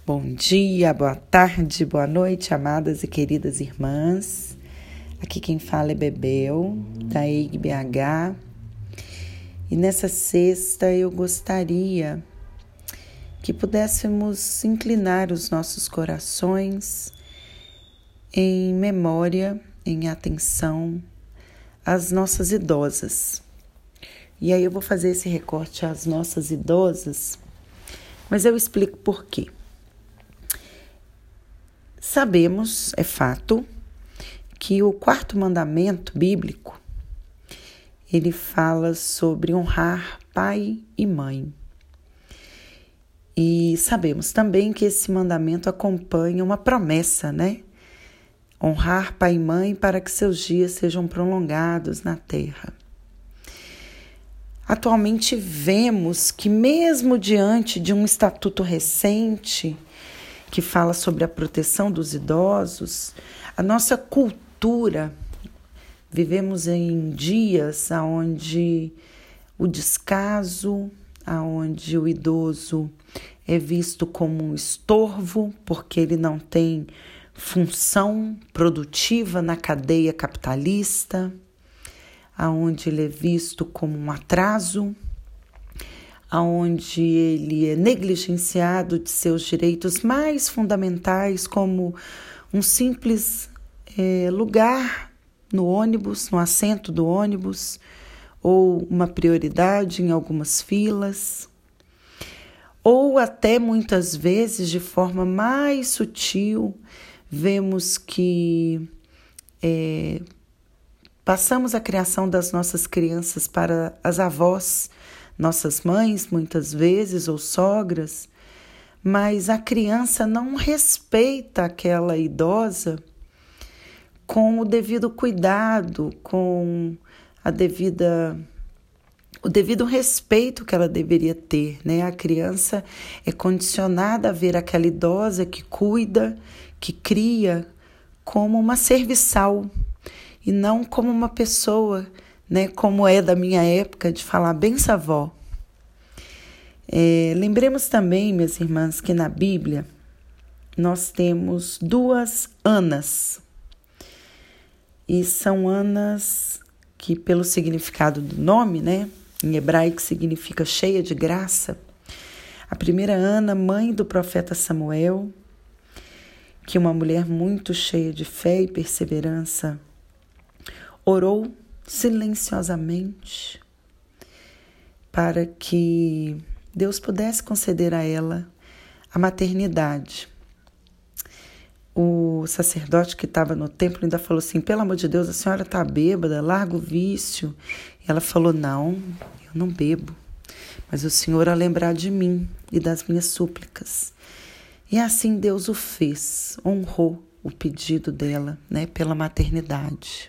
Bom dia, boa tarde, boa noite, amadas e queridas irmãs. Aqui quem fala é Bebel, da EIG BH. E nessa sexta eu gostaria que pudéssemos inclinar os nossos corações em memória, em atenção às nossas idosas. E aí eu vou fazer esse recorte às nossas idosas, mas eu explico por quê. Sabemos, é fato, que o quarto mandamento bíblico, ele fala sobre honrar pai e mãe. E sabemos também que esse mandamento acompanha uma promessa, né? Honrar pai e mãe para que seus dias sejam prolongados na terra. Atualmente vemos que mesmo diante de um estatuto recente que fala sobre a proteção dos idosos, a nossa cultura, vivemos em dias onde o descaso, onde o idoso é visto como um estorvo, porque ele não tem função produtiva na cadeia capitalista, onde ele é visto como um atraso, onde ele é negligenciado de seus direitos mais fundamentais, como um simples lugar no ônibus, no assento do ônibus, ou uma prioridade em algumas filas, ou até muitas vezes, de forma mais sutil, vemos que passamos a criação das nossas crianças para as avós, nossas mães, muitas vezes, ou sogras, mas a criança não respeita aquela idosa com o devido cuidado, com o devido respeito que ela deveria ter, né? A criança é condicionada a ver aquela idosa que cuida, que cria, como uma serviçal e não como uma pessoa, né, como é da minha época, de falar benção avó. Lembremos também, minhas irmãs, que na Bíblia nós temos duas Anas. E são Anas que, pelo significado do nome, né, em hebraico significa cheia de graça. A primeira Ana, mãe do profeta Samuel, que uma mulher muito cheia de fé e perseverança orou silenciosamente para que Deus pudesse conceder a ela a maternidade. O sacerdote que estava no templo ainda falou assim: pelo amor de Deus, a senhora está bêbada, larga o vício. E ela falou: não, eu não bebo, mas o Senhor a lembrar de mim e das minhas súplicas. E assim Deus o fez, honrou o pedido dela, né, pela maternidade.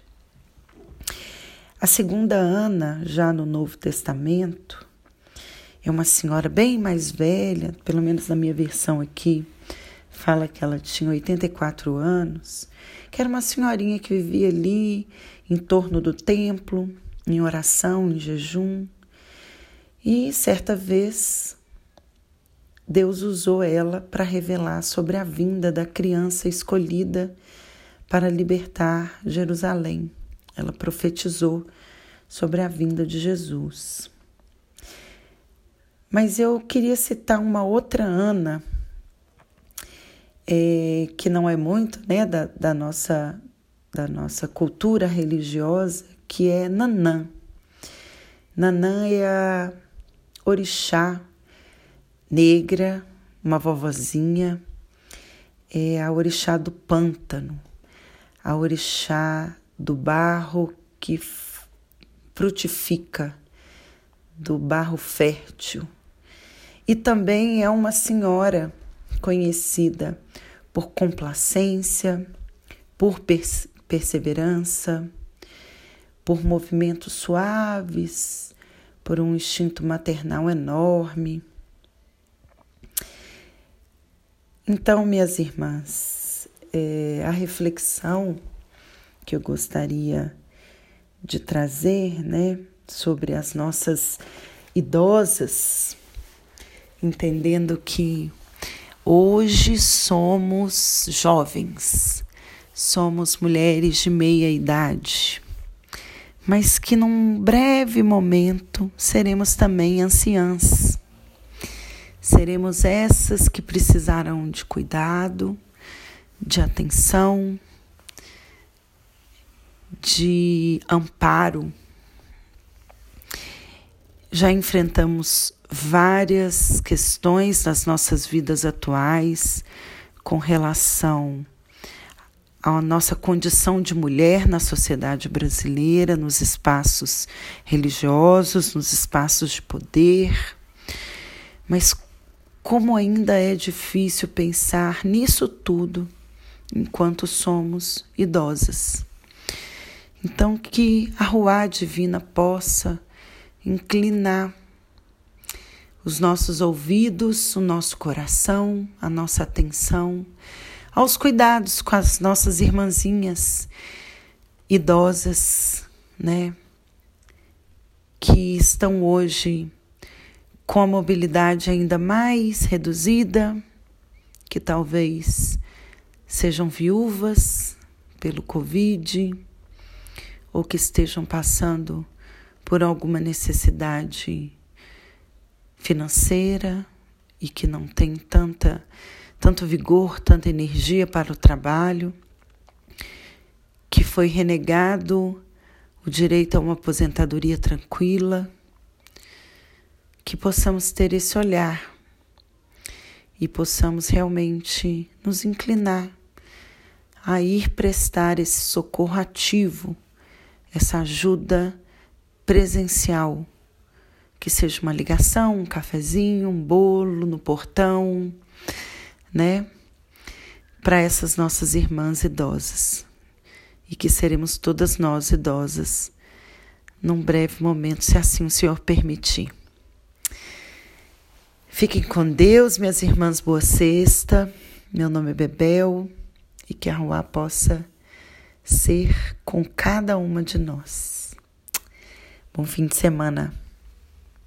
A segunda Ana, já no Novo Testamento, é uma senhora bem mais velha, pelo menos na minha versão aqui, fala que ela tinha 84 anos, que era uma senhorinha que vivia ali em torno do templo, em oração, em jejum. E certa vez, Deus usou ela para revelar sobre a vinda da criança escolhida para libertar Jerusalém. Ela profetizou sobre a vinda de Jesus. Mas eu queria citar uma outra Ana, que não é muito, né, da nossa cultura religiosa, que é Nanã. Nanã é a orixá negra, uma vovozinha, é a orixá do pântano, a orixá do barro que frutifica, do barro fértil. E também é uma senhora conhecida por complacência, por perseverança, por movimentos suaves, por um instinto maternal enorme. Então, minhas irmãs, a reflexão que eu gostaria de trazer, né, sobre as nossas idosas, entendendo que Hoje somos jovens, somos mulheres de meia idade, mas que num breve momento seremos também anciãs. Seremos essas que precisarão de cuidado, de atenção, de amparo. Já enfrentamos várias questões nas nossas vidas atuais com relação à nossa condição de mulher na sociedade brasileira, nos espaços religiosos, nos espaços de poder. Mas como ainda é difícil pensar nisso tudo enquanto somos idosas. Então, que a Ruá Divina possa inclinar os nossos ouvidos, o nosso coração, a nossa atenção aos cuidados com as nossas irmãzinhas idosas, né? Que estão hoje com a mobilidade ainda mais reduzida, que talvez sejam viúvas pelo Covid, ou que estejam passando por alguma necessidade financeira e que não tem tanto vigor, tanta energia para o trabalho, que foi renegado o direito a uma aposentadoria tranquila, que possamos ter esse olhar e possamos realmente nos inclinar a ir prestar esse socorro ativo, essa ajuda presencial, que seja uma ligação, um cafezinho, um bolo no portão, né? Para essas nossas irmãs idosas. E que seremos todas nós idosas num breve momento, se assim o Senhor permitir. Fiquem com Deus, minhas irmãs, boa sexta. Meu nome é Bebel e que a Ruá possa ser com cada uma de nós. Bom fim de semana.